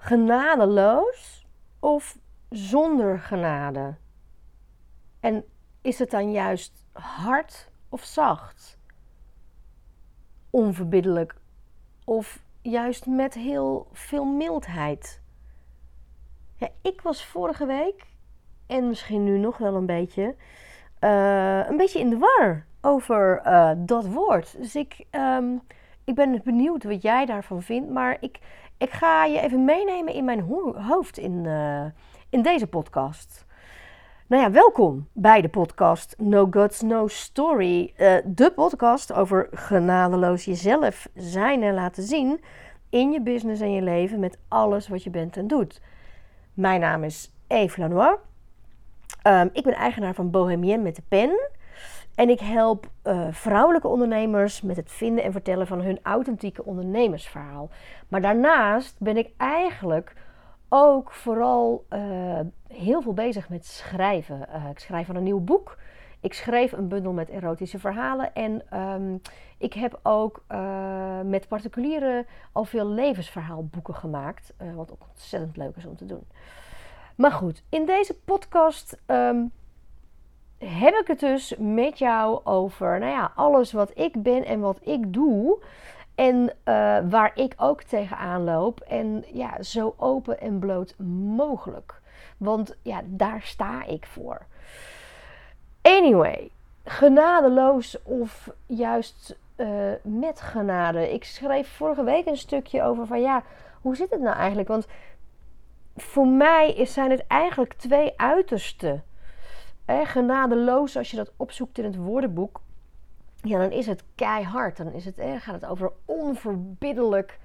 genadeloos of zonder genade? En is het dan juist hard of zacht? Onverbiddelijk of juist met heel veel mildheid? Ja, ik was vorige week, en misschien nu nog wel een beetje in de war over dat woord. Dus ik ben benieuwd wat jij daarvan vindt, maar ik ga je even meenemen in mijn hoofd in deze podcast. Nou ja, welkom bij de podcast No Guts, No Story. De podcast over genadeloos jezelf zijn en laten zien in je business en je leven met alles wat je bent en doet. Mijn naam is Eve Lanois. Ik ben eigenaar van Bohemienne met de pen. En ik help vrouwelijke ondernemers met het vinden en vertellen van hun authentieke ondernemersverhaal. Maar daarnaast ben ik eigenlijk ook vooral heel veel bezig met schrijven. Ik schrijf aan een nieuw boek. Ik schreef een bundel met erotische verhalen. En ik heb ook met particulieren al veel levensverhaalboeken gemaakt. Wat ook ontzettend leuk is om te doen. Maar goed, in deze podcast heb ik het dus met jou over alles wat ik ben en wat ik doe. En waar ik ook tegenaan loop. En ja, zo open en bloot mogelijk. Want ja, daar sta ik voor. Anyway, genadeloos of juist met genade. Ik schreef vorige week een stukje over van ja, hoe zit het nou eigenlijk? Want voor mij zijn het eigenlijk twee uitersten. Genadeloos, als je dat opzoekt in het woordenboek, ja, dan is het keihard. Dan gaat het over onverbiddelijk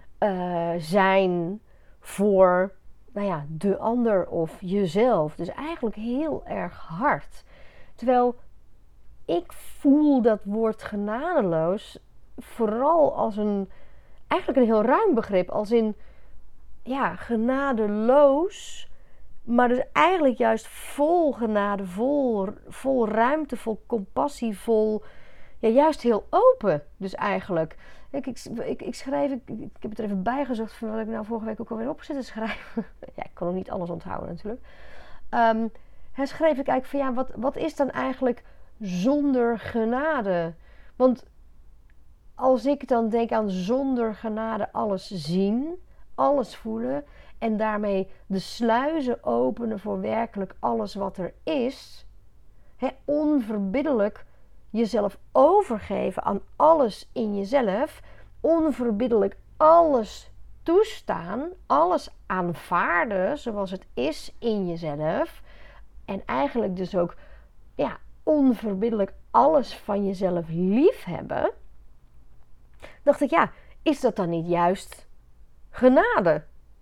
zijn voor de ander of jezelf. Dus eigenlijk heel erg hard. Terwijl ik voel dat woord genadeloos vooral als eigenlijk een heel ruim begrip. Als in, ja, genadeloos, maar dus eigenlijk juist vol genade, vol ruimte, vol compassie, vol, ja, juist heel open. Dus eigenlijk. Ik schreef, ik heb het er even bijgezocht van wat ik nou vorige week ook alweer op zit te schrijven. Ja, ik kan ook niet alles onthouden natuurlijk. Schreef ik eigenlijk van ja, wat is dan eigenlijk zonder genade? Want als ik dan denk aan zonder genade alles zien, alles voelen en daarmee de sluizen openen voor werkelijk alles wat er is, onverbiddelijk jezelf overgeven aan alles in jezelf, onverbiddelijk alles toestaan, alles aanvaarden zoals het is in jezelf en eigenlijk dus ook onverbiddelijk alles van jezelf liefhebben, dacht ik, ja, is dat dan niet juist genade?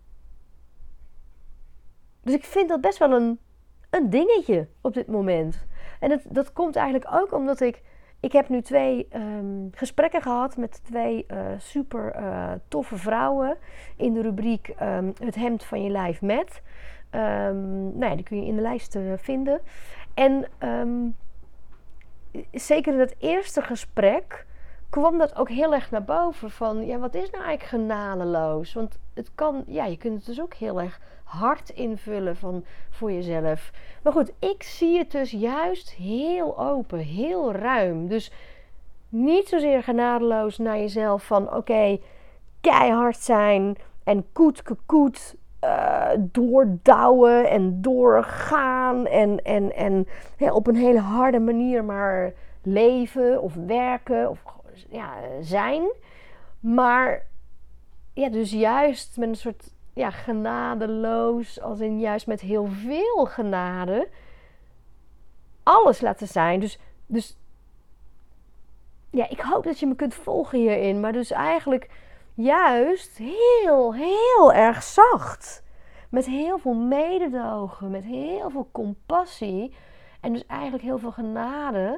Dus ik vind dat best wel een dingetje op dit moment. En dat komt eigenlijk ook omdat ik heb nu 2 gesprekken gehad met 2 super toffe vrouwen in de rubriek Het hemd van je lijf met. Die kun je in de lijst vinden. En zeker in het eerste gesprek kwam dat ook heel erg naar boven van, ja, wat is nou eigenlijk genadeloos? Want het kan, ja, je kunt het dus ook heel erg hard invullen voor jezelf. Maar goed, ik zie het dus juist heel open, heel ruim. Dus niet zozeer genadeloos naar jezelf van, oké, keihard zijn en koet, doordouwen en doorgaan en op een hele harde manier maar leven of werken of zijn. Maar ja, dus juist met een soort genadeloos, als in juist met heel veel genade, alles laten zijn. Dus ja, ik hoop dat je me kunt volgen hierin. Maar dus eigenlijk juist heel, heel erg zacht. Met heel veel mededogen, met heel veel compassie. En dus eigenlijk heel veel genade.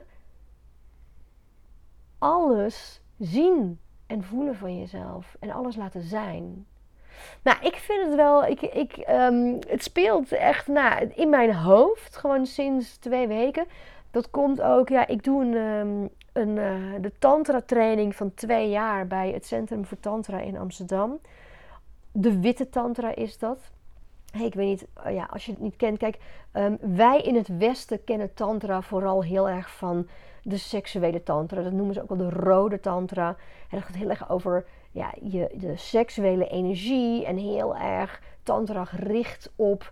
Alles zien en voelen van jezelf. En alles laten zijn. Nou, ik vind het wel, het speelt echt in mijn hoofd, gewoon sinds 2 weken. Dat komt ook, ja, ik doe de tantra training van 2 jaar bij het Centrum voor Tantra in Amsterdam. De witte tantra is dat. Hey, ik weet niet, als je het niet kent. Kijk, wij in het Westen kennen tantra vooral heel erg van de seksuele tantra. Dat noemen ze ook wel de rode tantra. En dat gaat heel erg over de seksuele energie. En heel erg tantra gericht op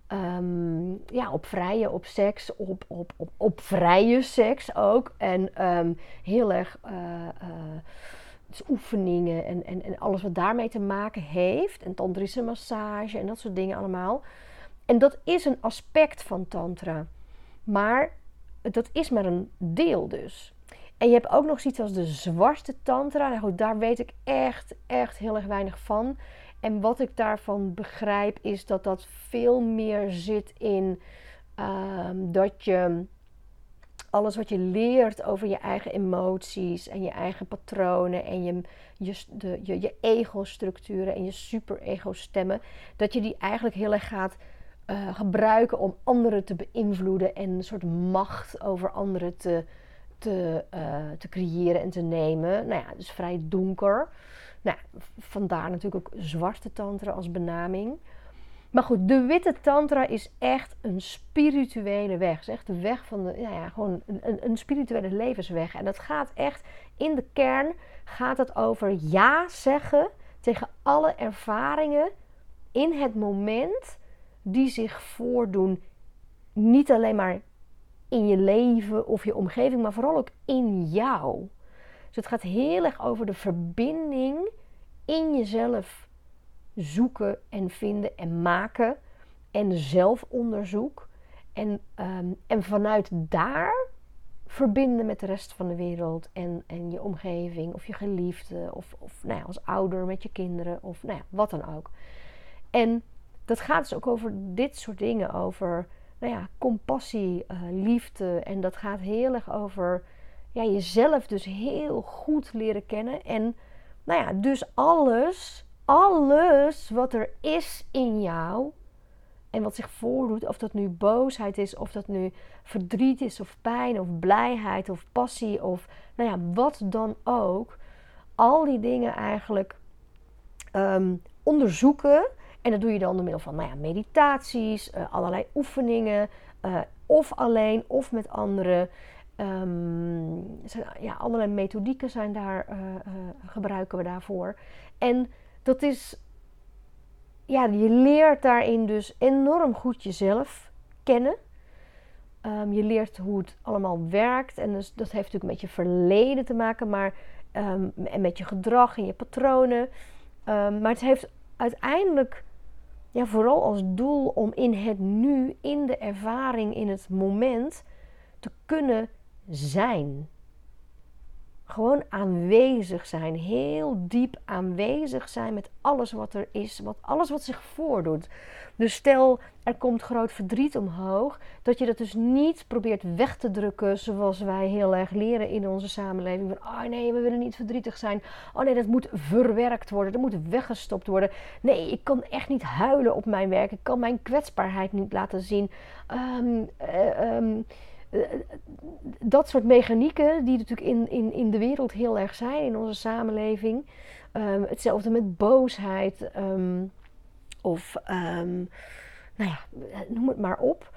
op seks, op vrije seks ook. En heel erg dus oefeningen en alles wat daarmee te maken heeft. En tantrische massage en dat soort dingen allemaal. En dat is een aspect van tantra. Maar dat is maar een deel dus. En je hebt ook nog zoiets als de zwarte tantra. Nou goed, daar weet ik echt heel erg weinig van. En wat ik daarvan begrijp is dat dat veel meer zit in dat je alles wat je leert over je eigen emoties en je eigen patronen en je ego-structuren en je super-ego-stemmen, dat je die eigenlijk heel erg gaat gebruiken om anderen te beïnvloeden en een soort macht over anderen te creëren en te nemen. Nou ja, dus vrij donker. Nou, vandaar natuurlijk ook zwarte tantra als benaming. Maar goed, de witte tantra is echt een spirituele weg. Het is echt de weg van gewoon een spirituele levensweg. En dat gaat echt, in de kern gaat het over ja zeggen tegen alle ervaringen in het moment die zich voordoen. Niet alleen maar in je leven of je omgeving, maar vooral ook in jou. Dus het gaat heel erg over de verbinding in jezelf zoeken en vinden en maken. En zelfonderzoek. En vanuit daar verbinden met de rest van de wereld. En je omgeving of je geliefde. Of als ouder met je kinderen. Of wat dan ook. En dat gaat dus ook over dit soort dingen. Over compassie, liefde. En dat gaat heel erg over jezelf dus heel goed leren kennen. En dus alles wat er is in jou en wat zich voordoet, of dat nu boosheid is, of dat nu verdriet is, of pijn, of blijheid, of passie, of wat dan ook. Al die dingen eigenlijk onderzoeken. En dat doe je dan door middel van meditaties, allerlei oefeningen, of alleen of met anderen. Allerlei methodieken zijn daar, gebruiken we daarvoor. En dat is, je leert daarin dus enorm goed jezelf kennen. Je leert hoe het allemaal werkt. En dus, dat heeft natuurlijk met je verleden te maken, maar en met je gedrag en je patronen. Maar het heeft uiteindelijk vooral als doel om in het nu, in de ervaring, in het moment te kunnen zijn. Gewoon aanwezig zijn. Heel diep aanwezig zijn met alles wat er is. Alles wat zich voordoet. Dus stel, er komt groot verdriet omhoog. Dat je dat dus niet probeert weg te drukken. Zoals wij heel erg leren in onze samenleving. Van, oh nee, we willen niet verdrietig zijn. Oh nee, dat moet verwerkt worden. Dat moet weggestopt worden. Nee, ik kan echt niet huilen op mijn werk. Ik kan mijn kwetsbaarheid niet laten zien. Dat soort mechanieken die natuurlijk in de wereld heel erg zijn, in onze samenleving. Hetzelfde met boosheid. Noem het maar op.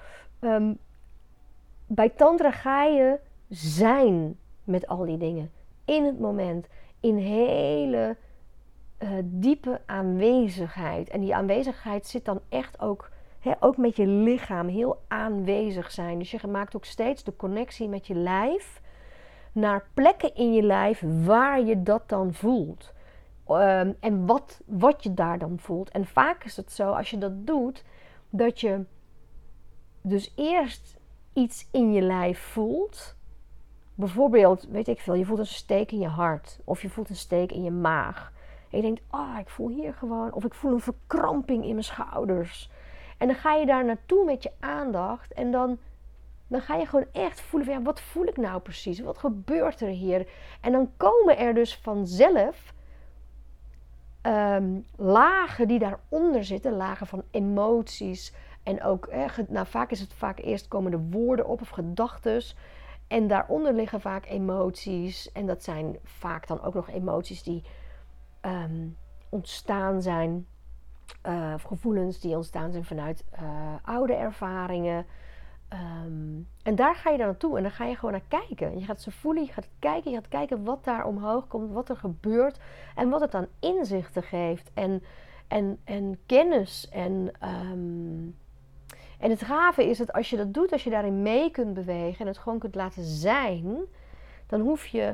Bij tantra ga je zijn met al die dingen. In het moment. In hele diepe aanwezigheid. En die aanwezigheid zit dan echt ook met je lichaam heel aanwezig zijn. Dus je maakt ook steeds de connectie met je lijf naar plekken in je lijf waar je dat dan voelt. En wat je daar dan voelt. En vaak is het zo, als je dat doet, dat je dus eerst iets in je lijf voelt. Bijvoorbeeld, weet ik veel, je voelt een steek in je hart. Of je voelt een steek in je maag. En je denkt, ik voel hier gewoon. Of ik voel een verkramping in mijn schouders. En dan ga je daar naartoe met je aandacht. En dan ga je gewoon echt voelen van, wat voel ik nou precies? Wat gebeurt er hier? En dan komen er dus vanzelf lagen die daaronder zitten. Lagen van emoties. En ook, vaak is het eerst komen de woorden op of gedachtes. En daaronder liggen vaak emoties. En dat zijn vaak dan ook nog emoties die ontstaan zijn Of gevoelens die ontstaan zijn vanuit oude ervaringen. En daar ga je dan naartoe en dan ga je gewoon naar kijken. Je gaat ze voelen, je gaat kijken wat daar omhoog komt, wat er gebeurt en wat het aan inzichten geeft en kennis. En het gave is dat als je dat doet, als je daarin mee kunt bewegen en het gewoon kunt laten zijn, dan hoef je...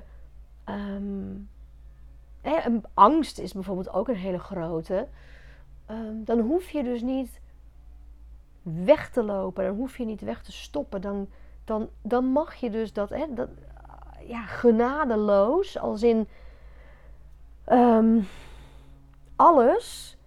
angst is bijvoorbeeld ook een hele grote. Dan hoef je dus niet weg te lopen, dan hoef je niet weg te stoppen. Dan mag je dus dat genadeloos, als in alles,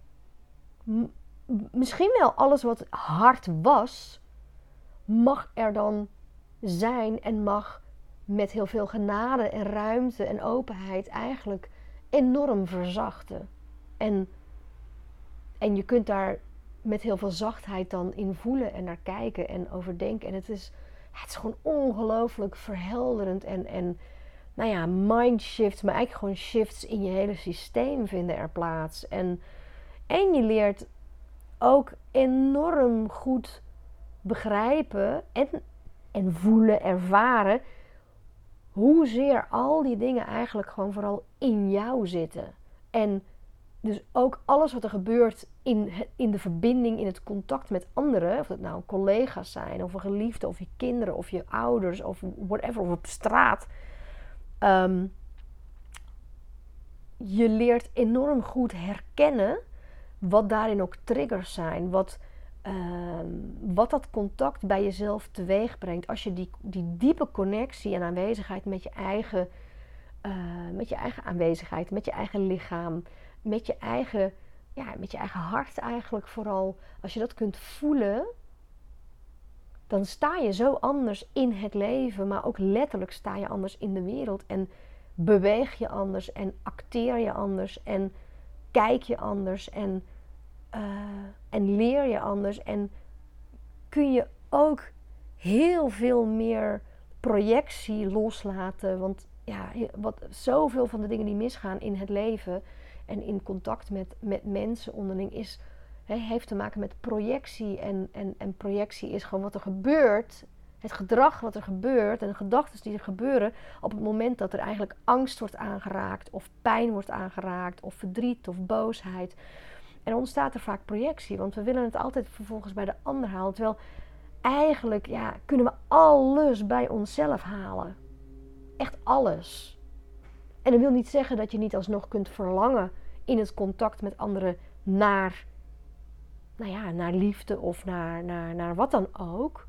misschien wel alles wat hard was, mag er dan zijn en mag met heel veel genade en ruimte en openheid eigenlijk enorm verzachten. En je kunt daar met heel veel zachtheid dan in voelen en naar kijken en overdenken. En het is gewoon ongelooflijk verhelderend en mindshifts, maar eigenlijk gewoon shifts in je hele systeem vinden er plaats. En je leert ook enorm goed begrijpen en voelen, ervaren hoezeer al die dingen eigenlijk gewoon vooral in jou zitten. En dus ook alles wat er gebeurt in de verbinding, in het contact met anderen, of dat nou collega's zijn, of een geliefde, of je kinderen, of je ouders, of whatever, of op straat. Je leert enorm goed herkennen wat daarin ook triggers zijn, wat dat contact bij jezelf teweeg brengt. Als je die diepe connectie en aanwezigheid met je eigen aanwezigheid, met je eigen lichaam, met je eigen hart eigenlijk vooral, als je dat kunt voelen, dan sta je zo anders in het leven, maar ook letterlijk sta je anders in de wereld en beweeg je anders en acteer je anders en kijk je anders en leer je anders en kun je ook heel veel meer projectie loslaten, want zoveel van de dingen die misgaan in het leven en in contact met mensen onderling heeft te maken met projectie. En projectie is gewoon wat er gebeurt. Het gedrag wat er gebeurt en de gedachten die er gebeuren op het moment dat er eigenlijk angst wordt aangeraakt of pijn wordt aangeraakt of verdriet of boosheid. En dan ontstaat er vaak projectie, want we willen het altijd vervolgens bij de ander halen. Terwijl eigenlijk kunnen we alles bij onszelf halen. Echt alles. En dat wil niet zeggen dat je niet alsnog kunt verlangen in het contact met anderen naar liefde of naar wat dan ook.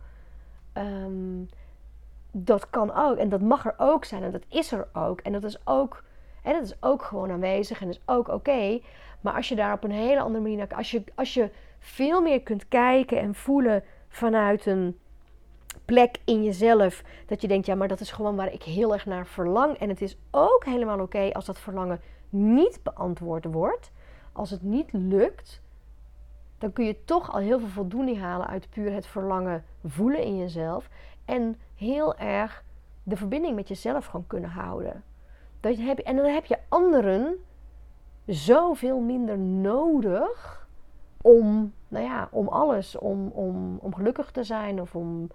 Dat kan ook en dat mag er ook zijn en dat is er ook. En dat is ook gewoon aanwezig en dat is ook oké. Maar als je daar op een hele andere manier naar kijkt, als je veel meer kunt kijken en voelen vanuit een plek in jezelf, dat je denkt, maar dat is gewoon waar ik heel erg naar verlang. En het is ook helemaal oké als dat verlangen niet beantwoord wordt. Als het niet lukt, dan kun je toch al heel veel voldoening halen uit puur het verlangen voelen in jezelf. En heel erg de verbinding met jezelf gewoon kunnen houden. En dan heb je anderen zoveel minder nodig om alles. Om gelukkig te zijn of om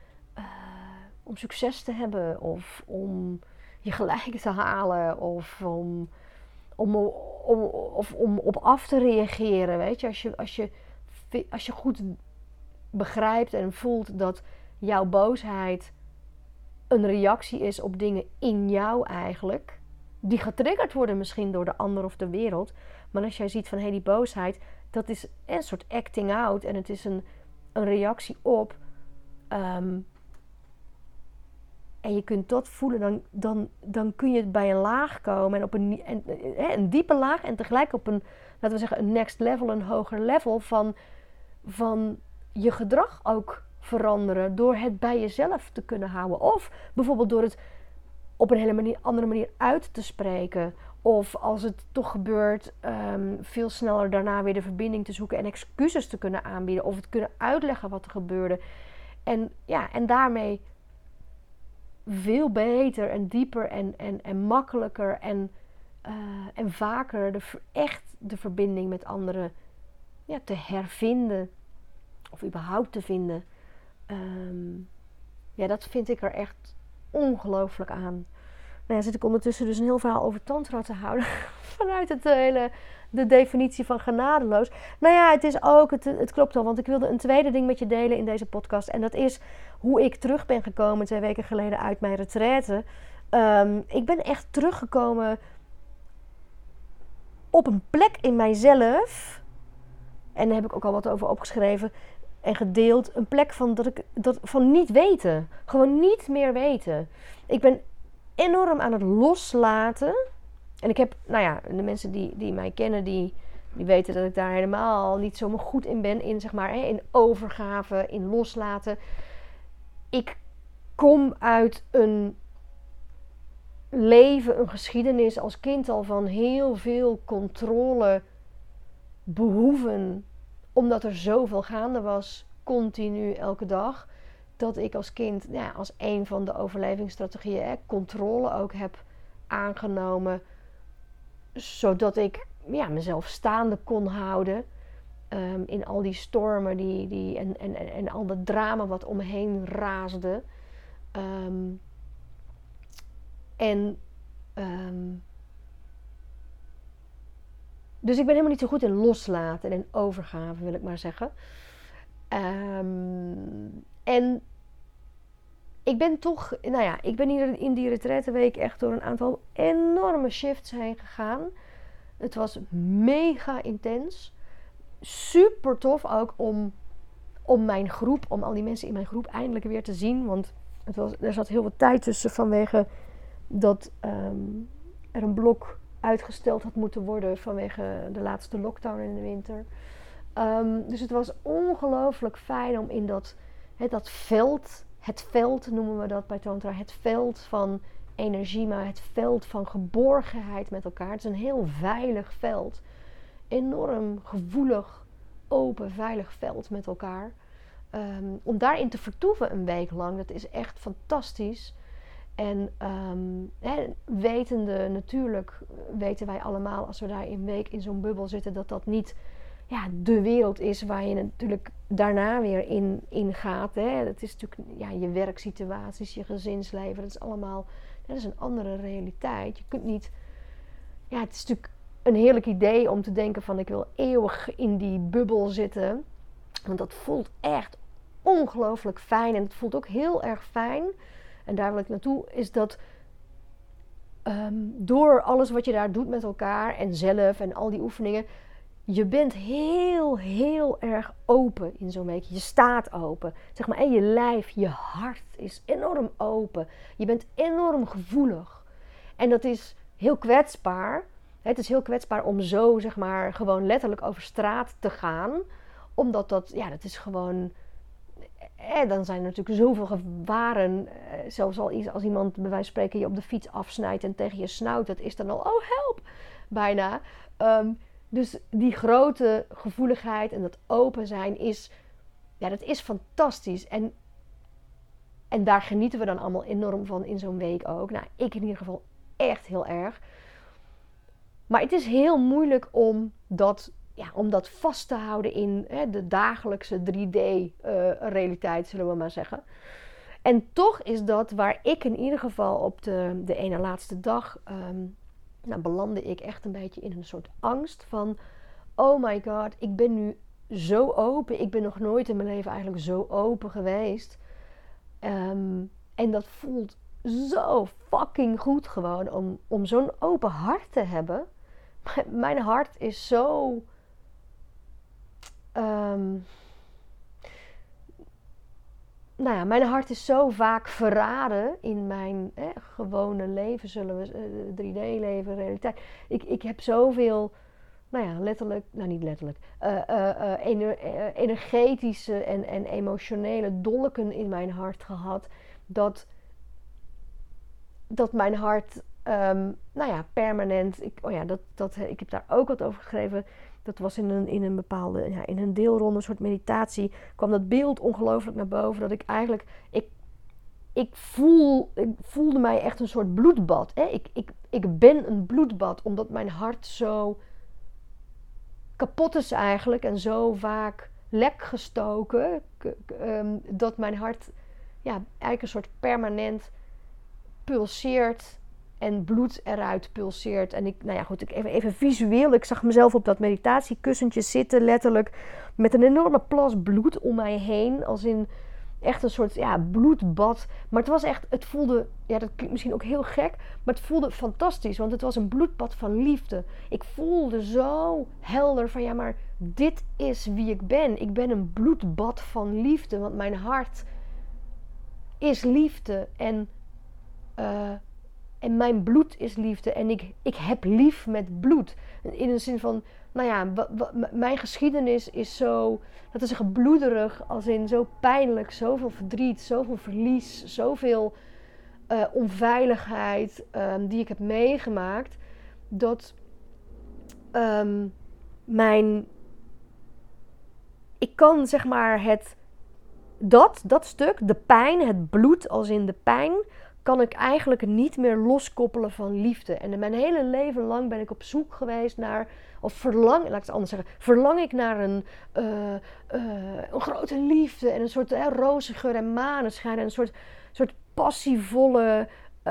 succes te hebben of om je gelijk te halen of om op af te reageren. Weet je, als je goed begrijpt en voelt dat jouw boosheid een reactie is op dingen in jou eigenlijk, die getriggerd worden misschien door de ander of de wereld. Maar als jij ziet van die boosheid, dat is een soort acting out en het is een reactie op. En je kunt dat voelen, dan kun je bij een laag komen en op een diepe laag en tegelijk op een, laten we zeggen, een next level, een hoger level van je gedrag ook veranderen door het bij jezelf te kunnen houden. Of bijvoorbeeld door het op een hele andere manier uit te spreken. Of als het toch gebeurt, veel sneller daarna weer de verbinding te zoeken en excuses te kunnen aanbieden. Of het kunnen uitleggen wat er gebeurde. En daarmee veel beter en dieper en makkelijker en vaker echt de verbinding met anderen te hervinden. Of überhaupt te vinden. Dat vind ik er echt ongelooflijk aan. Nou ja, zit ik ondertussen dus een heel verhaal over tantra te houden. Vanuit de definitie van genadeloos. Nou ja, het is ook, het klopt al. Want ik wilde een tweede ding met je delen in deze podcast. En dat is hoe ik terug ben gekomen 2 weken geleden uit mijn retraite. Ik ben echt teruggekomen op een plek in mijzelf. En daar heb ik ook al wat over opgeschreven en gedeeld. Een plek van niet weten. Gewoon niet meer weten. Ik ben enorm aan het loslaten. En ik heb, de mensen die mij kennen, die weten dat ik daar helemaal niet zo goed in ben. In, zeg maar, in overgave, in loslaten. Ik kom uit een leven, een geschiedenis als kind al van heel veel controle, behoeven, omdat er zoveel gaande was, continu, elke dag, dat ik als kind, als een van de overlevingsstrategieën, controle ook heb aangenomen, zodat ik mezelf staande kon houden in al die stormen en al dat drama wat om me heen raasde. Dus ik ben helemaal niet zo goed in loslaten en in overgave, wil ik maar zeggen. En ik ben toch, ik ben hier in die retraiteweek echt door een aantal enorme shifts heen gegaan. Het was mega intens. Super tof ook om mijn groep, om al die mensen in mijn groep eindelijk weer te zien. Want er zat heel wat tijd tussen vanwege dat er een blok uitgesteld had moeten worden vanwege de laatste lockdown in de winter. Dus het was ongelooflijk fijn om in dat veld, het veld noemen we dat bij Tantra, het veld van energie, maar het veld van geborgenheid met elkaar. Het is een heel veilig veld. Enorm gevoelig, open, veilig veld met elkaar. Om daarin te vertoeven een week lang, dat is echt fantastisch. En wetende, natuurlijk weten wij allemaal als we daar een week in zo'n bubbel zitten, dat niet de wereld is waar je natuurlijk daarna weer in gaat. Hè. Dat is natuurlijk je werksituaties, je gezinsleven, dat is allemaal, dat is een andere realiteit. Je kunt niet, het is natuurlijk een heerlijk idee om te denken van ik wil eeuwig in die bubbel zitten. Want dat voelt echt ongelooflijk fijn en het voelt ook heel erg fijn. En daar wil ik naartoe, is dat door alles wat je daar doet met elkaar en zelf en al die oefeningen, je bent heel, heel erg open in zo'n week. Je staat open. Zeg maar, en je lijf, je hart is enorm open. Je bent enorm gevoelig. En dat is heel kwetsbaar. Het is heel kwetsbaar om zo, zeg maar, gewoon letterlijk over straat te gaan. Omdat dat is gewoon... dan zijn er natuurlijk zoveel gevaren. Zelfs als iemand bij wijze van spreken je op de fiets afsnijdt en tegen je snauwt, dat is dan al, oh help, bijna. Dus die grote gevoeligheid en dat open zijn dat is fantastisch. En daar genieten we dan allemaal enorm van in zo'n week ook. Nou, ik in ieder geval echt heel erg. Maar het is heel moeilijk om dat vast te houden in de dagelijkse 3D-realiteit, zullen we maar zeggen. En toch is dat waar ik in ieder geval op de ene laatste dag... belandde ik echt een beetje in een soort angst van... Oh my god, ik ben nu zo open. Ik ben nog nooit in mijn leven eigenlijk zo open geweest. En dat voelt zo fucking goed gewoon om zo'n open hart te hebben. Mijn hart is zo... mijn hart is zo vaak verraden in mijn gewone leven, zullen we 3D-leven, realiteit. Ik heb zoveel, letterlijk, niet letterlijk, energetische en emotionele dolken in mijn hart gehad, dat mijn hart, permanent, ik heb daar ook wat over geschreven. Dat was in een bepaalde, in een deelronde, een soort meditatie, kwam dat beeld ongelooflijk naar boven. Dat ik eigenlijk, ik voelde mij echt een soort bloedbad. Hè? Ik ben een bloedbad, omdat mijn hart zo kapot is eigenlijk en zo vaak lek gestoken, dat mijn hart eigenlijk een soort permanent pulseert en bloed eruit pulseert. En even visueel, ik zag mezelf op dat meditatiekussentje zitten, letterlijk met een enorme plas bloed om mij heen, als in echt een soort bloedbad. Maar het voelde, dat klinkt misschien ook heel gek, maar het voelde fantastisch, want het was een bloedbad van liefde. Ik voelde zo helder van, maar dit is wie ik ben. Ik ben een bloedbad van liefde, want mijn hart is liefde en mijn bloed is liefde en ik heb lief met bloed. In een zin van, mijn geschiedenis is zo, dat is bloederig, als in zo pijnlijk, zoveel verdriet, zoveel verlies, zoveel onveiligheid die ik heb meegemaakt, dat ik kan zeg maar dat stuk, de pijn, het bloed als in de pijn, kan ik eigenlijk niet meer loskoppelen van liefde. En mijn hele leven lang ben ik op zoek geweest naar, laat ik het anders zeggen, verlang ik naar een grote liefde en een soort roze geur en maneschijn en een soort passievolle,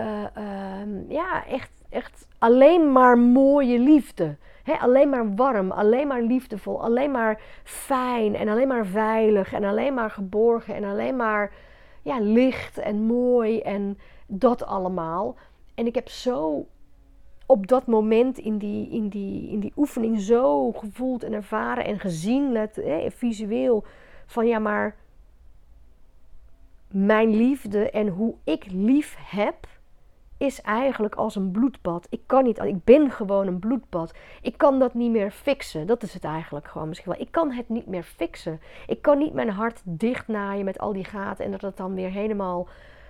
echt alleen maar mooie liefde. Alleen maar warm, alleen maar liefdevol, alleen maar fijn en alleen maar veilig en alleen maar geborgen en alleen maar licht en mooi en dat allemaal. En ik heb zo op dat moment in die oefening zo gevoeld en ervaren en gezien, visueel, van maar mijn liefde en hoe ik lief heb, is eigenlijk als een bloedbad. Ik ben gewoon een bloedbad. Ik kan dat niet meer fixen. Dat is het eigenlijk gewoon misschien wel. Ik kan het niet meer fixen. Ik kan niet mijn hart dichtnaaien met al die gaten en dat het dan weer helemaal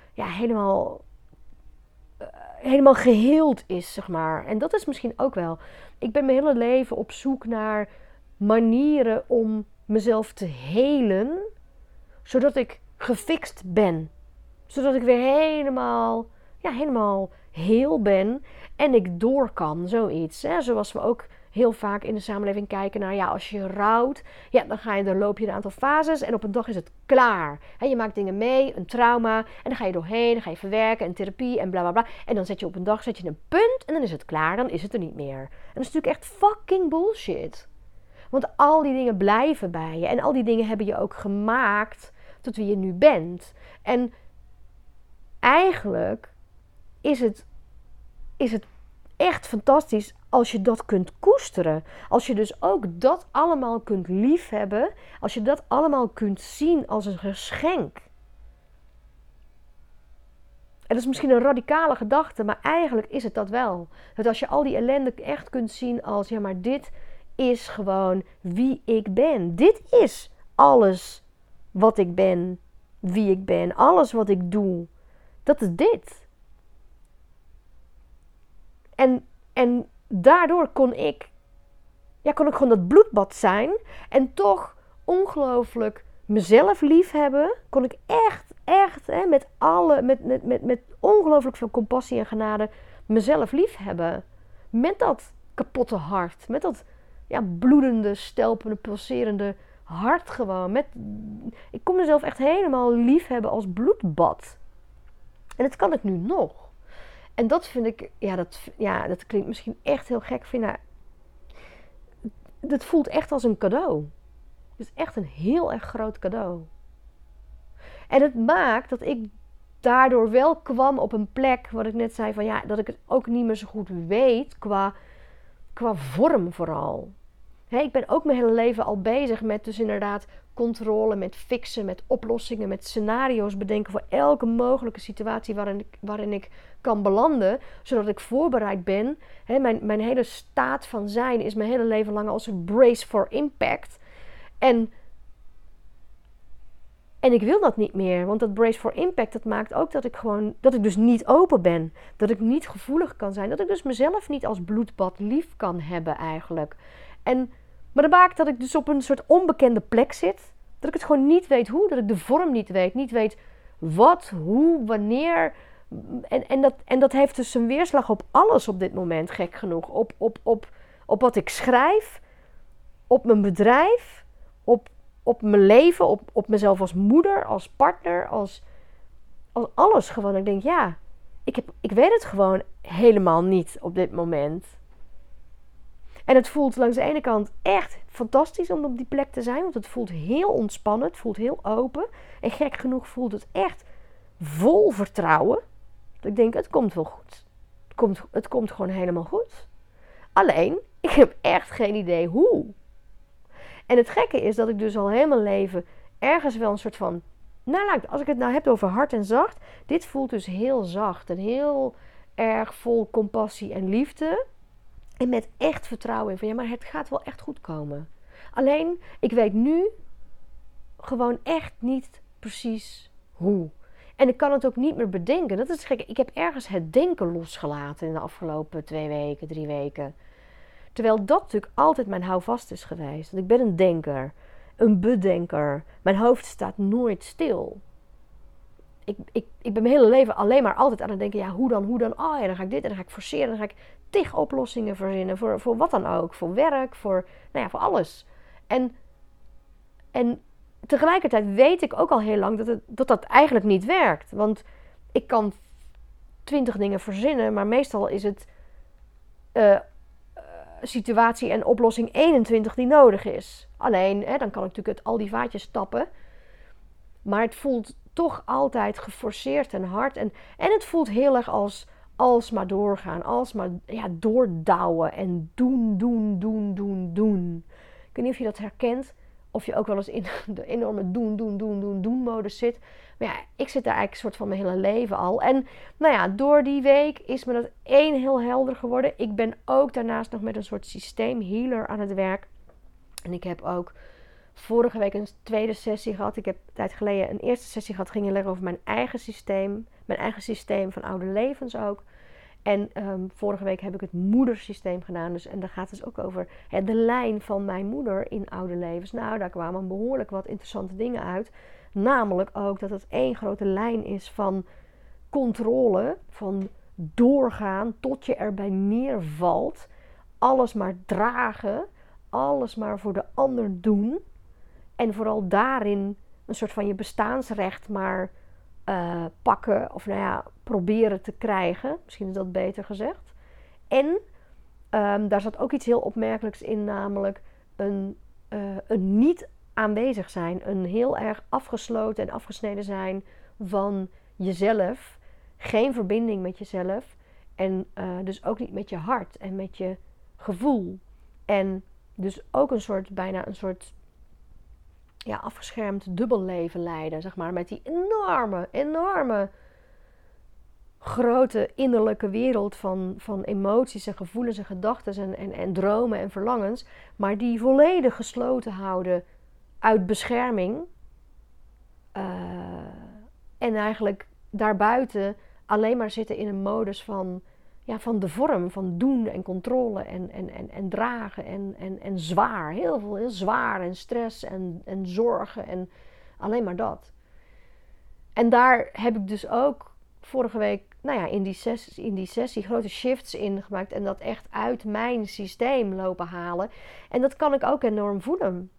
geheeld is, zeg maar. En dat is misschien ook wel. Ik ben mijn hele leven op zoek naar manieren om mezelf te helen, zodat ik gefixt ben. Zodat ik weer helemaal heel ben en ik door kan, zoiets. Hè? Zoals we ook heel vaak in de samenleving kijken naar, als je rouwt, dan loop je een aantal fases en op een dag is het klaar. Hè, je maakt dingen mee, een trauma, en dan ga je doorheen, dan ga je verwerken en therapie en bla bla bla. En dan zet je op een dag een punt en dan is het klaar, dan is het er niet meer. En dat is natuurlijk echt fucking bullshit. Want al die dingen blijven bij je en al die dingen hebben je ook gemaakt tot wie je nu bent. En eigenlijk is het echt fantastisch als je dat kunt koesteren. Als je dus ook dat allemaal kunt liefhebben. Als je dat allemaal kunt zien als een geschenk. En dat is misschien een radicale gedachte, maar eigenlijk is het dat wel. Dat als je al die ellende echt kunt zien als, maar dit is gewoon wie ik ben. Dit is alles wat ik ben, wie ik ben. Alles wat ik doe. Dat is dit. En daardoor kon ik gewoon dat bloedbad zijn en toch ongelooflijk mezelf lief hebben. Kon ik echt met ongelooflijk veel compassie en genade mezelf lief hebben. Met dat kapotte hart, met dat bloedende, stelpende, pulserende hart gewoon. Ik kon mezelf echt helemaal lief hebben als bloedbad. En dat kan ik nu nog. En dat vind ik, dat klinkt misschien echt heel gek. Dat voelt echt als een cadeau. Het is echt een heel erg groot cadeau. En het maakt dat ik daardoor wel kwam op een plek, wat ik net zei, van dat ik het ook niet meer zo goed weet qua vorm vooral. Ik ben ook mijn hele leven al bezig met dus inderdaad controle, met fixen, met oplossingen, met scenario's bedenken voor elke mogelijke situatie waarin ik kan belanden, zodat ik voorbereid ben. Mijn hele staat van zijn is mijn hele leven lang als een brace for impact. En ik wil dat niet meer, want dat brace for impact, dat maakt ook dat ik dus niet open ben. Dat ik niet gevoelig kan zijn. Dat ik dus mezelf niet als bloedbad lief kan hebben eigenlijk. Maar dat maakt dat ik dus op een soort onbekende plek zit. Dat ik het gewoon niet weet hoe. Dat ik de vorm niet weet. Niet weet wat, hoe, wanneer. En dat heeft dus een weerslag op alles op dit moment, gek genoeg. Op wat ik schrijf. op mijn bedrijf, op mijn leven, op mezelf als moeder, als partner, als alles gewoon. Ik denk, ja, ik weet het gewoon helemaal niet op dit moment. En het voelt langs de ene kant echt fantastisch om op die plek te zijn. Want het voelt heel ontspannen, het voelt heel open. En gek genoeg voelt het echt vol vertrouwen. Dat ik denk, het komt wel goed. Het komt gewoon helemaal goed. Alleen, ik heb echt geen idee hoe. En het gekke is dat ik dus al heel mijn leven ergens wel een soort van... Nou, als ik het nou heb over hard en zacht. Dit voelt dus heel zacht en heel erg vol compassie en liefde. En met echt vertrouwen in van ja, maar het gaat wel echt goed komen. Alleen, ik weet nu gewoon echt niet precies hoe. En ik kan het ook niet meer bedenken. Dat is gek. Ik heb ergens het denken losgelaten in de afgelopen 2 weken, 3 weken. Terwijl dat natuurlijk altijd mijn houvast is geweest. Want ik ben een denker. Een bedenker. Mijn hoofd staat nooit stil. Ik ben mijn hele leven alleen maar altijd aan het denken... Ja, hoe dan? Oh ja, dan ga ik dit en dan ga ik forceren. Dan ga ik 10 oplossingen verzinnen. Voor wat dan ook. Voor werk, voor voor alles. En tegelijkertijd weet ik ook al heel lang dat eigenlijk niet werkt. Want ik kan 20 dingen verzinnen. Maar meestal is het... situatie en oplossing 21 die nodig is. Alleen, dan kan ik natuurlijk al die vaatjes stappen. Maar het voelt toch altijd geforceerd en hard. En het voelt heel erg als maar doorgaan. Als maar doordouwen en doen. Ik weet niet of je dat herkent. Of je ook wel eens in de enorme doen modus zit. Maar ja, ik zit daar eigenlijk een soort van mijn hele leven al. En door die week is me dat heel helder geworden. Ik ben ook daarnaast nog met een soort systeemhealer aan het werk. En ik heb ook vorige week een tweede sessie gehad. Ik heb een tijd geleden een eerste sessie gehad. Ging heel erg over mijn eigen systeem. Mijn eigen systeem van oude levens ook. En vorige week heb ik het moedersysteem gedaan. En daar gaat het dus ook over de lijn van mijn moeder in oude levens. Nou, daar kwamen behoorlijk wat interessante dingen uit. Namelijk ook dat het één grote lijn is van controle. Van doorgaan tot je erbij neervalt. Alles maar dragen. Alles maar voor de ander doen. En vooral daarin een soort van je bestaansrecht maar pakken. Of proberen te krijgen. Misschien is dat beter gezegd. En daar zat ook iets heel opmerkelijks in. Namelijk een niet aanwezig zijn. Een heel erg afgesloten en afgesneden zijn van jezelf. Geen verbinding met jezelf. En dus ook niet met je hart en met je gevoel. En dus ook bijna een soort afgeschermd dubbelleven leiden, zeg maar. Met die enorme grote innerlijke wereld van emoties en gevoelens en gedachten en dromen en verlangens. Maar die volledig gesloten houden uit bescherming. En eigenlijk daarbuiten alleen maar zitten in een modus van de vorm. Van doen en controle en dragen en zwaar. Heel zwaar en stress en zorgen en alleen maar dat. En daar heb ik dus ook vorige week in die sessie grote shifts in gemaakt. En dat echt uit mijn systeem lopen halen. En dat kan ik ook enorm voelen.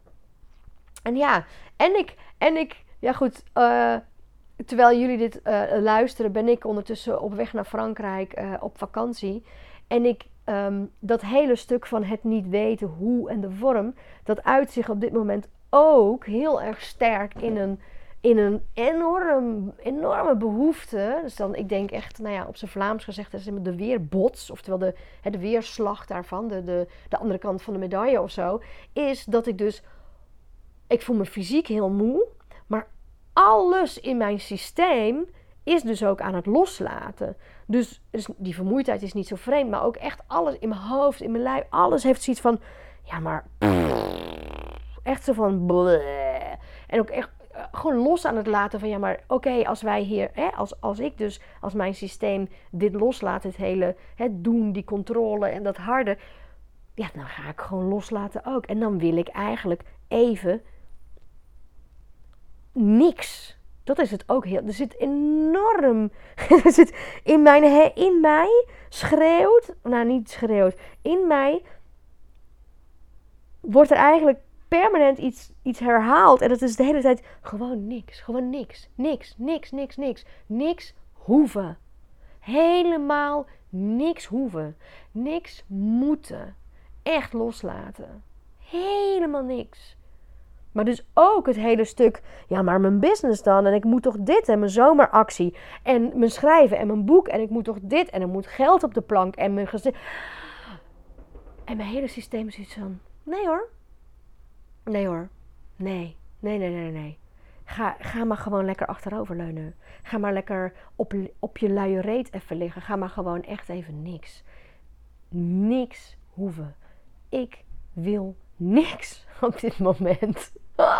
En ik terwijl jullie dit luisteren, ben ik ondertussen op weg naar Frankrijk op vakantie. En ik dat hele stuk van het niet weten hoe en de vorm, dat uit zich op dit moment ook heel erg sterk in een enorme behoefte. Dus dan, ik denk echt, op zijn Vlaams gezegd, dat is de weerbots, oftewel de weerslag daarvan, de andere kant van de medaille of zo, is dat ik voel me fysiek heel moe, maar alles in mijn systeem is dus ook aan het loslaten. Dus die vermoeidheid is niet zo vreemd, maar ook echt alles in mijn hoofd, in mijn lijf, alles heeft zoiets van, echt zo van bleh. En ook echt gewoon los aan het laten van oké, als wij hier, als mijn systeem dit loslaat, het hele doen, die controle en dat harde, dan ga ik gewoon loslaten ook. En dan wil ik eigenlijk even niks. Dat is het ook heel. Er zit enorm. Er zit in mij schreeuwt. Nou, niet schreeuwt. In mij wordt er eigenlijk permanent iets herhaald. En dat is de hele tijd gewoon niks. Gewoon niks. Niks hoeven. Helemaal niks hoeven. Niks moeten. Echt loslaten. Helemaal niks. Maar dus ook het hele stuk, ja, maar mijn business dan. En ik moet toch dit en mijn zomeractie. En mijn schrijven en mijn boek. En ik moet toch dit. En er moet geld op de plank. En mijn gezin. En mijn hele systeem is iets van, nee hoor. Nee. Ga maar gewoon lekker achteroverleunen. Ga maar lekker op je luie reet even liggen. Ga maar gewoon echt even niks. Niks hoeven. Ik wil niks op dit moment.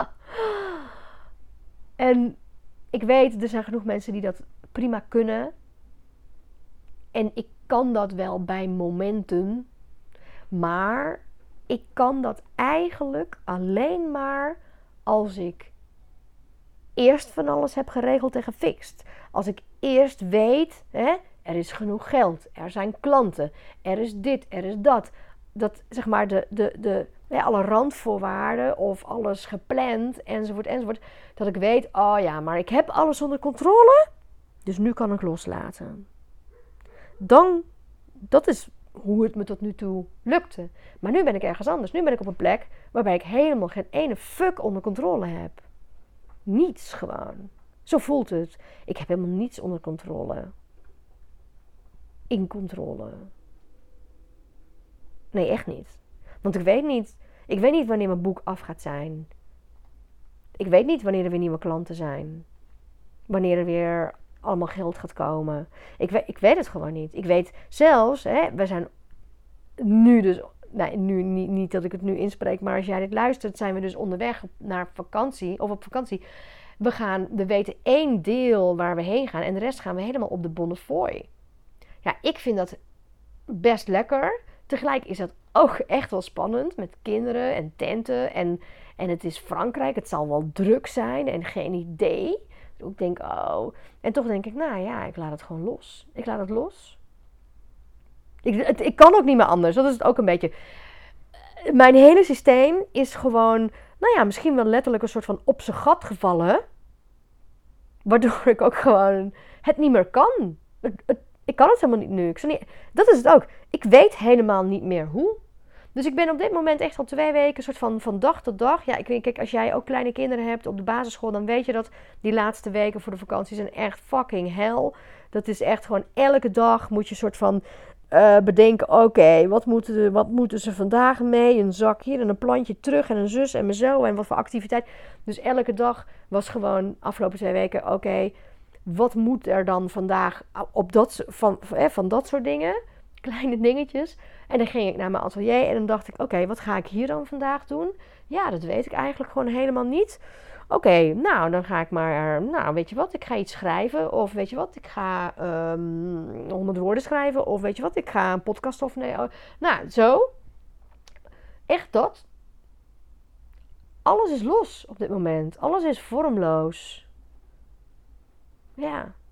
En ik weet, er zijn genoeg mensen die dat prima kunnen. En ik kan dat wel bij momenten. Maar ik kan dat eigenlijk alleen maar als ik eerst van alles heb geregeld en gefixt. Als ik eerst weet, er is genoeg geld, er zijn klanten, er is dit, er is dat. Dat zeg maar alle randvoorwaarden of alles gepland enzovoort. Dat ik weet, oh ja, maar ik heb alles onder controle. Dus nu kan ik loslaten. Dat is hoe het me tot nu toe lukte. Maar nu ben ik ergens anders. Nu ben ik op een plek waarbij ik helemaal geen ene fuck onder controle heb. Niets gewoon. Zo voelt het. Ik heb helemaal niets onder controle. In controle. Nee, echt niet. Want ik weet niet wanneer mijn boek af gaat zijn. Ik weet niet wanneer er weer nieuwe klanten zijn. Wanneer er weer allemaal geld gaat komen. Ik weet het gewoon niet. Ik weet zelfs, we zijn nu dus, nu niet dat ik het nu inspreek, maar als jij dit luistert, zijn we dus onderweg naar vakantie of op vakantie. We weten 1 deel waar we heen gaan en de rest gaan we helemaal op de Bonnefoy. Ja, ik vind dat best lekker. Tegelijk is dat ook echt wel spannend met kinderen en tenten en het is Frankrijk. Het zal wel druk zijn en geen idee. Ik denk, oh. En toch denk ik, nou ja, ik laat het gewoon los. Ik laat het los. Ik kan ook niet meer anders. Dat is het ook een beetje. Mijn hele systeem is gewoon, nou ja, misschien wel letterlijk een soort van op zijn gat gevallen. Waardoor ik ook gewoon het niet meer kan. Ik kan het helemaal niet nu. Dat is het ook. Ik weet helemaal niet meer hoe. Dus ik ben op dit moment echt al 2 weken soort van dag tot dag. Ja, kijk, als jij ook kleine kinderen hebt op de basisschool, dan weet je dat die laatste weken voor de vakantie zijn echt fucking hell. Dat is echt gewoon elke dag moet je soort van bedenken, oké, wat moeten ze vandaag mee? Een zak hier en een plantje terug en een zus en mijn zo en wat voor activiteit. Dus elke dag was gewoon afgelopen 2 weken, oké, wat moet er dan vandaag op van dat soort dingen? Kleine dingetjes. En dan ging ik naar mijn atelier en dan dacht ik, oké, wat ga ik hier dan vandaag doen? Ja, dat weet ik eigenlijk gewoon helemaal niet. Oké, nou, dan ga ik maar, weet je wat, ik ga iets schrijven. Of weet je wat, ik ga 100 woorden schrijven. Of weet je wat, ik ga een podcast opnemen. Nou, zo. Echt dat. Alles is los op dit moment. Alles is vormloos. Ja.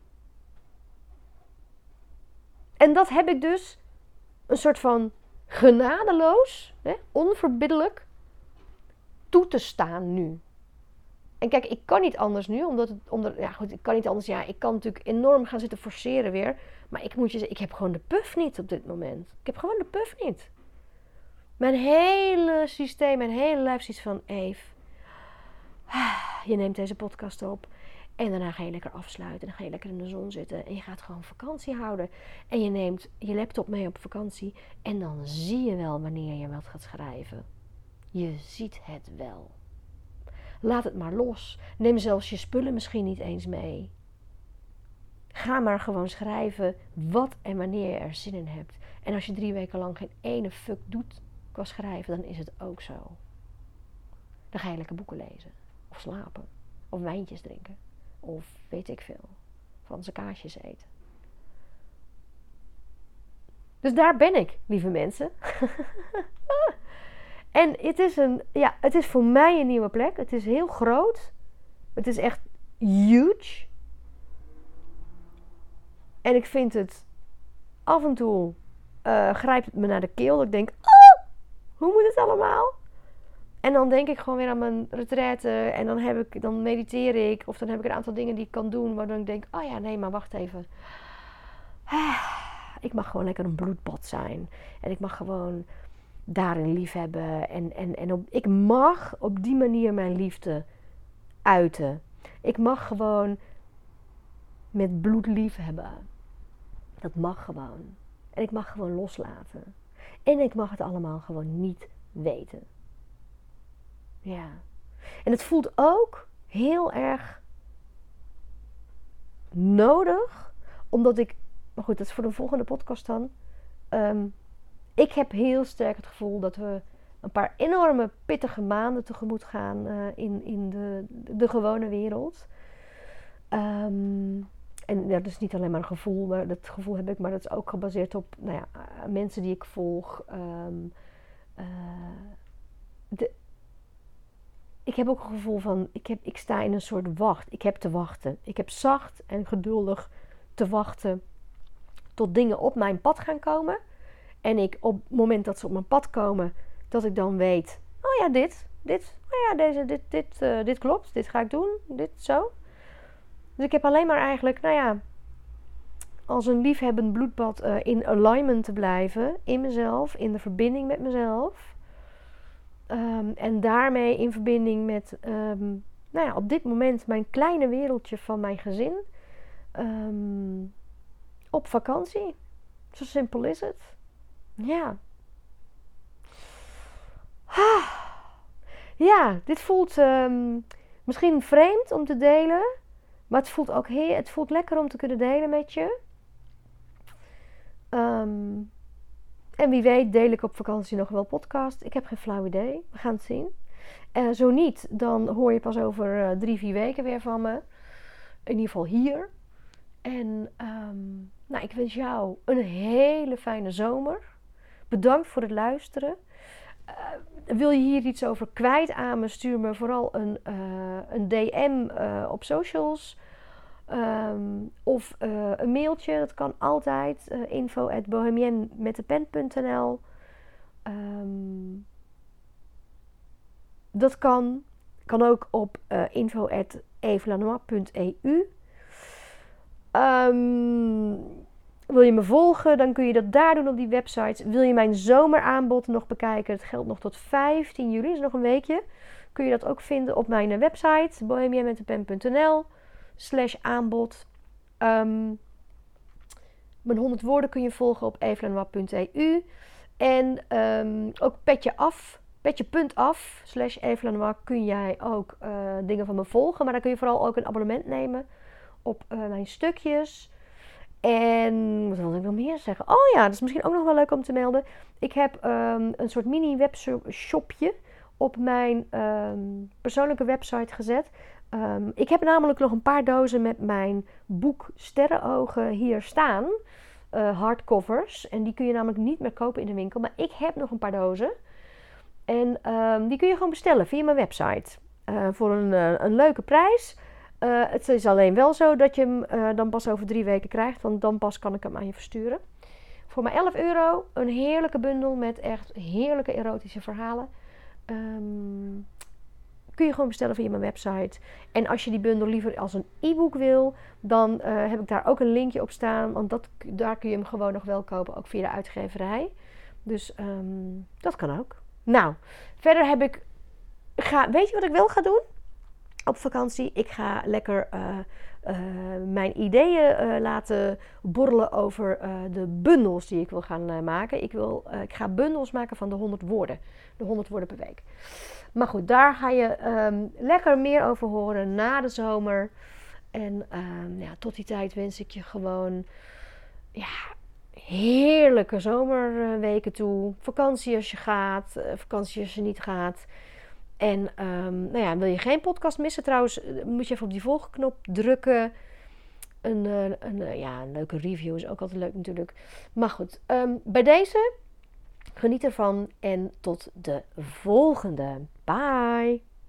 En dat heb ik dus een soort van genadeloos, onverbiddelijk, toe te staan nu. En kijk, ik kan niet anders nu, ik kan niet anders. Ja, ik kan natuurlijk enorm gaan zitten forceren weer. Maar ik moet je zeggen, ik heb gewoon de puff niet op dit moment. Ik heb gewoon de puff niet. Mijn hele systeem, mijn hele lijf is iets van, Eve, je neemt deze podcast op. En daarna ga je lekker afsluiten. En dan ga je lekker in de zon zitten. En je gaat gewoon vakantie houden. En je neemt je laptop mee op vakantie. En dan zie je wel wanneer je wat gaat schrijven. Je ziet het wel. Laat het maar los. Neem zelfs je spullen misschien niet eens mee. Ga maar gewoon schrijven wat en wanneer je er zin in hebt. En als je 3 weken lang geen ene fuck doet qua schrijven, dan is het ook zo. Dan ga je lekker boeken lezen. Of slapen. Of wijntjes drinken. Of weet ik veel. Franse kaasjes eten. Dus daar ben ik, lieve mensen. En het is voor mij een nieuwe plek. Het is heel groot. Het is echt huge. En ik vind het af en toe grijpt het me naar de keel. Dat ik denk, hoe moet het allemaal? En dan denk ik gewoon weer aan mijn retraite. En dan mediteer ik. Of dan heb ik een aantal dingen die ik kan doen. Waardoor ik denk, oh ja, nee, maar wacht even. Ik mag gewoon lekker een bloedbad zijn. En ik mag gewoon daarin liefhebben. Ik mag op die manier mijn liefde uiten. Ik mag gewoon met bloed liefhebben. Dat mag gewoon. En ik mag gewoon loslaten. En ik mag het allemaal gewoon niet weten. Ja. En het voelt ook heel erg nodig. Omdat ik... Maar goed, dat is voor de volgende podcast dan. Ik heb heel sterk het gevoel dat we een paar enorme pittige maanden tegemoet gaan in de gewone wereld. En dat is niet alleen maar een gevoel, maar dat gevoel heb ik, maar dat is ook gebaseerd op mensen die ik volg. Ik heb ook een gevoel van, ik sta in een soort wacht. Ik heb te wachten. Ik heb zacht en geduldig te wachten tot dingen op mijn pad gaan komen. En ik op het moment dat ze op mijn pad komen, dat ik dan weet, oh ja, dit klopt, dit ga ik doen, dit zo. Dus ik heb alleen maar eigenlijk, als een liefhebbend bloedbad in alignment te blijven, in mezelf, in de verbinding met mezelf. En daarmee in verbinding met, op dit moment mijn kleine wereldje van mijn gezin. Op vakantie. Zo simpel is het. Ja. Ja, dit voelt misschien vreemd om te delen. Maar het voelt ook het voelt lekker om te kunnen delen met je. En wie weet deel ik op vakantie nog wel podcast. Ik heb geen flauw idee. We gaan het zien. Zo niet, dan hoor je pas over 3-4 weken weer van me. In ieder geval hier. En ik wens jou een hele fijne zomer. Bedankt voor het luisteren. Wil je hier iets over kwijt aan me? Stuur me vooral een DM op socials. Of een mailtje. Dat kan altijd. info@bohemienmetdepen.nl. Dat kan. Kan ook op info@evelanois.eu. Wil je me volgen, dan kun je dat daar doen op die website. Wil je mijn zomeraanbod nog bekijken? Het geldt nog tot 15 juli, is nog een weekje. Kun je dat ook vinden op mijn website bohemienmetdepen.nl/aanbod. Mijn 100 woorden kun je volgen op evelanois.eu. En ook petje.af/evelanois kun jij ook dingen van me volgen. Maar dan kun je vooral ook een abonnement nemen op mijn stukjes. En wat wil ik nog meer zeggen? Oh ja, dat is misschien ook nog wel leuk om te melden. Ik heb een soort mini webshopje op mijn persoonlijke website gezet. Ik heb namelijk nog een paar dozen met mijn boek Sterrenogen hier staan. Hardcovers. En die kun je namelijk niet meer kopen in de winkel. Maar ik heb nog een paar dozen. En die kun je gewoon bestellen via mijn website. Voor een leuke prijs. Het is alleen wel zo dat je hem dan pas over 3 weken krijgt. Want dan pas kan ik hem aan je versturen. Voor maar €11 een heerlijke bundel met echt heerlijke erotische verhalen. Kun je gewoon bestellen via mijn website. En als je die bundel liever als een e-book wil, dan heb ik daar ook een linkje op staan. Want daar kun je hem gewoon nog wel kopen, ook via de uitgeverij. Dus dat kan ook. Nou, verder weet je wat ik wel ga doen? Op vakantie. Ik ga lekker mijn ideeën laten borrelen over de bundels die ik wil gaan maken. Ik ga bundels maken van de 100 woorden. De 100 woorden per week. Maar goed, daar ga je lekker meer over horen na de zomer. En tot die tijd wens ik je gewoon heerlijke zomerweken toe. Vakantie als je gaat, vakantie als je niet gaat. En wil je geen podcast missen trouwens, moet je even op die volgknop drukken. Een leuke review is ook altijd leuk natuurlijk. Maar goed, bij deze, geniet ervan en tot de volgende. Bye!